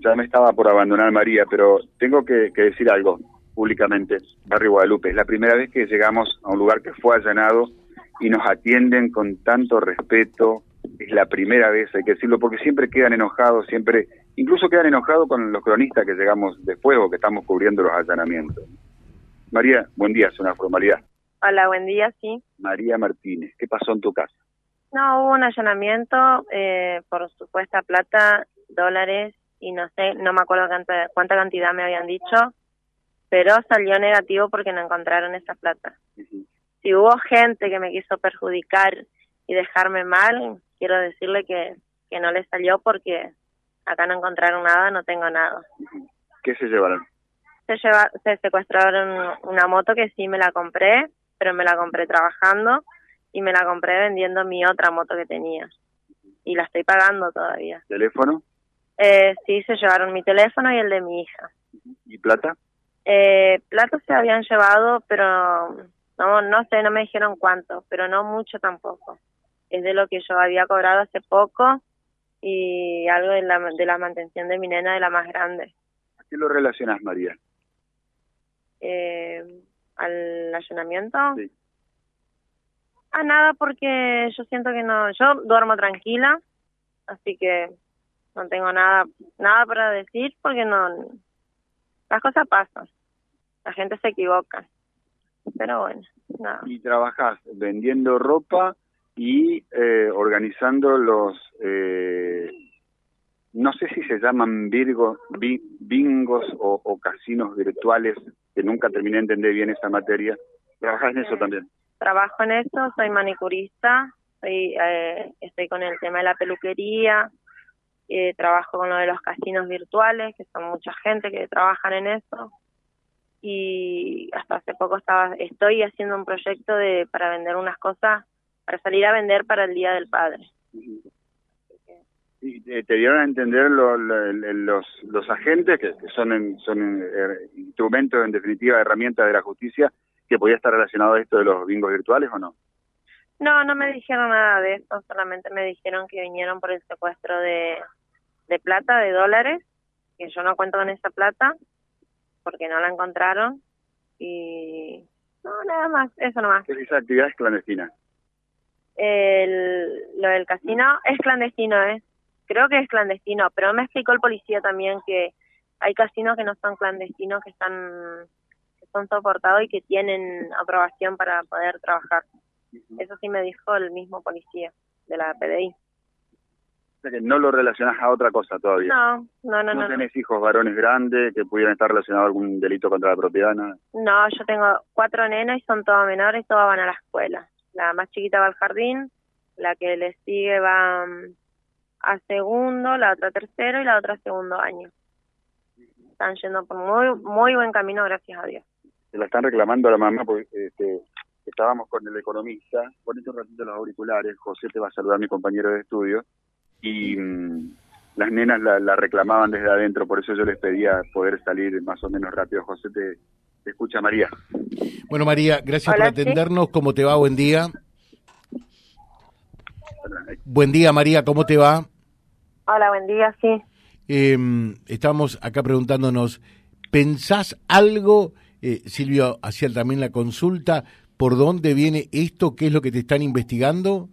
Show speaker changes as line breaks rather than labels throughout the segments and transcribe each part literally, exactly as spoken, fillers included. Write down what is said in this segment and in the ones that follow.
ya me estaba por abandonar María, pero tengo que, que decir algo públicamente. Barrio Guadalupe, es la primera vez que llegamos a un lugar que fue allanado y nos atienden con tanto respeto. Es la primera vez, hay que decirlo, porque siempre quedan enojados, siempre, incluso quedan enojados con los cronistas que llegamos después o que estamos cubriendo los allanamientos. María, buen día, es una formalidad.
Hola, buen día, sí.
María Martínez, ¿qué pasó en tu casa?
No, hubo un allanamiento eh, por supuesta plata, dólares, y no sé, no me acuerdo cuánta, cuánta cantidad me habían dicho, pero salió negativo porque no encontraron esa plata. Uh-huh. Si hubo gente que me quiso perjudicar y dejarme mal, quiero decirle que, que no le salió porque acá no encontraron nada, no tengo nada.
Uh-huh. ¿Qué se llevaron?
Se, lleva, se secuestraron una moto que sí me la compré, pero me la compré trabajando y me la compré vendiendo mi otra moto que tenía. Y la estoy pagando todavía.
¿Teléfono?
Eh, sí, se llevaron mi teléfono y el de mi hija.
¿Y plata?
Eh, plata se habían llevado, pero no, no sé, no me dijeron cuánto, pero no mucho tampoco. Es de lo que yo había cobrado hace poco y algo de la, de la mantención de mi nena, de la más grande.
¿A qué lo relacionas, María?
Eh, ¿Al allanamiento?
Sí.
Ah, nada, porque yo siento que no, yo duermo tranquila, así que no tengo nada nada para decir porque no, las cosas pasan, la gente se equivoca, pero bueno, nada.
Y trabajás vendiendo ropa y eh, organizando los, eh, no sé si se llaman virgo, bi, bingos o, o casinos virtuales, que nunca terminé de entender bien esa materia. ¿Trabajás en eso también?
Trabajo en eso, soy manicurista, soy, eh, estoy con el tema de la peluquería, eh, trabajo con lo de los casinos virtuales, que son mucha gente que trabajan en eso, y hasta hace poco estaba estoy haciendo un proyecto de para vender unas cosas, para salir a vender para el Día del Padre.
¿Y te dieron a entender lo, lo, los los agentes, que, que son, en, son eh, instrumentos, en definitiva, herramientas de la justicia, que podía estar relacionado a esto de los bingos virtuales o no?
No, no me dijeron nada de eso, solamente me dijeron que vinieron por el secuestro de, de plata, de dólares, que yo no cuento con esa plata, porque no la encontraron, y no, nada más, eso nomás.
¿Qué es esa actividad clandestina?
El, lo del casino es clandestino, ¿eh? Creo que es clandestino, pero me explicó el policía también que hay casinos que no son clandestinos, que están que son soportados y que tienen aprobación para poder trabajar. Uh-huh. Eso sí me dijo el mismo policía de la P D I.
O sea que no lo relacionás a otra cosa todavía.
No, no, no, no.
¿No tenés
no.
hijos varones grandes que pudieran estar relacionados a algún delito contra la propiedad? Nada.
No, yo tengo cuatro nenas y son todas menores y todas van a la escuela. La más chiquita va al jardín, la que le sigue va um, a segundo, la otra tercero y la otra segundo año. Están yendo por muy muy buen camino, gracias a Dios.
Se la están reclamando a la mamá porque este, estábamos con el economista. Ponete un ratito los auriculares, José te va a saludar, mi compañero de estudio, y mmm, las nenas la, la reclamaban desde adentro, por eso yo les pedía poder salir más o menos rápido. José, te, te escucha María.
Bueno, María, gracias
Hola,
por atendernos.
¿sí?
¿Cómo te va? Buen día. Buen día, María, ¿cómo te va?
Hola, buen día, sí.
Eh, estamos acá preguntándonos, ¿pensás algo? Eh, Silvio hacía también la consulta, ¿por dónde viene esto? ¿Qué es lo que te están investigando?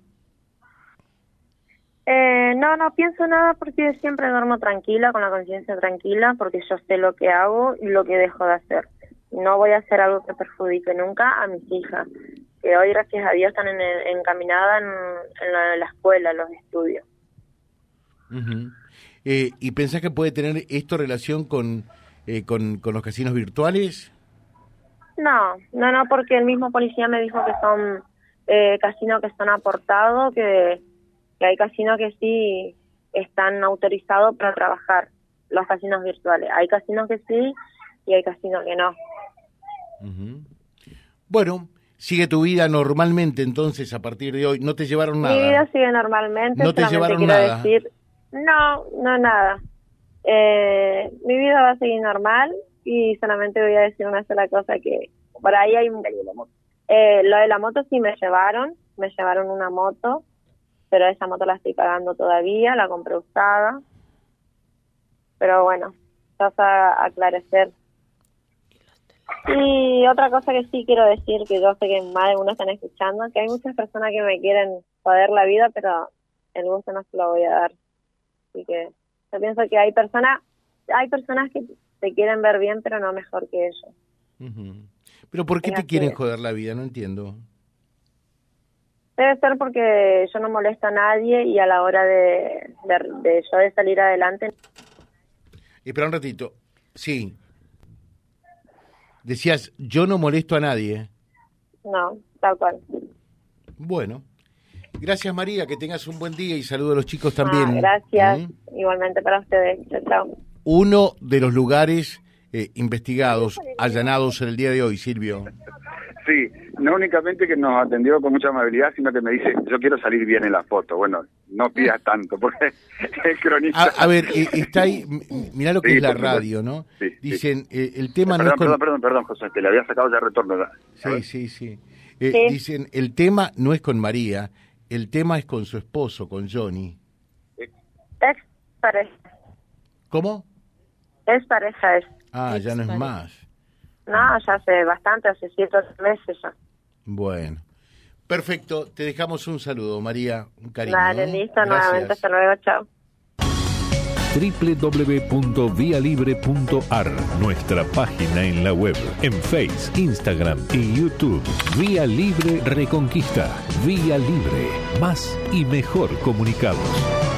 Eh, no, no pienso nada porque siempre duermo tranquila, con la conciencia tranquila, porque yo sé lo que hago y lo que dejo de hacer. No voy a hacer algo que perjudique nunca a mis hijas, que hoy, gracias a Dios, están en el, encaminadas en, en, la, en la escuela, en los estudios.
Uh-huh. Eh, ¿Y pensás que puede tener esto relación con, eh, con, con los casinos virtuales?
No, no, no, porque el mismo policía me dijo que son eh, casinos que están aportados, que, que hay casinos que sí están autorizados para trabajar, los casinos virtuales. Hay casinos que sí y hay casinos que no.
Uh-huh. Bueno, sigue tu vida normalmente entonces a partir de hoy. ¿No te llevaron nada?
Mi vida sigue normalmente.
¿No te llevaron
quiero
nada?
Decir, no, no nada. Eh, mi vida va a seguir normal y solamente voy a decir una sola cosa, que por ahí hay... Eh, lo de la moto sí me llevaron, me llevaron una moto, pero esa moto la estoy pagando todavía, la compré usada. pero bueno, vas a aclarecer. Y otra cosa que sí quiero decir, que yo sé que más de uno están escuchando, que hay muchas personas que me quieren joder la vida, pero el gusto no se lo voy a dar. Así que yo pienso que hay personas, hay personas que te quieren ver bien, pero no mejor que ellos.
Uh-huh. ¿Pero por qué te quieren joder la vida? No entiendo.
Debe ser porque yo no molesto a nadie y a la hora de, de, de yo de salir adelante.
Espera un ratito. Sí. Decías, yo no molesto a nadie.
No, tal cual.
Bueno. Gracias, María, que tengas un buen día y saludo a los chicos también.
Ah, gracias,
¿Mm?
Igualmente para ustedes. Chao, chao.
Uno de los lugares eh, investigados, allanados en el día de hoy, Silvio.
Sí, no únicamente que nos atendió con mucha amabilidad, sino que me dice, yo quiero salir bien en la foto. Bueno, no pidas tanto, porque el cronista...
A, a ver, eh, está ahí, mirá lo que
sí,
es la radio, ¿no?
Sí,
Dicen,
sí.
Eh, el tema
perdón,
no es con...
Perdón, perdón, perdón, José, te le había sacado ya retorno.
Sí, sí, sí. Eh,
sí.
Dicen, el tema no es con María, el tema es con su esposo, con Johnny.
Es pareja.
¿Cómo?
Es pareja, es.
Ah, ya no es más.
No, ya hace bastante, hace siete meses ya.
Bueno. Perfecto, te dejamos un saludo, María, un cariño.
Vale, listo, nuevamente, hasta luego, chao.
doble u doble u doble u punto vía libre punto a r, nuestra página en la web, en Facebook, Instagram y YouTube. Vía Libre Reconquista. Vía Libre. Más y mejor comunicados.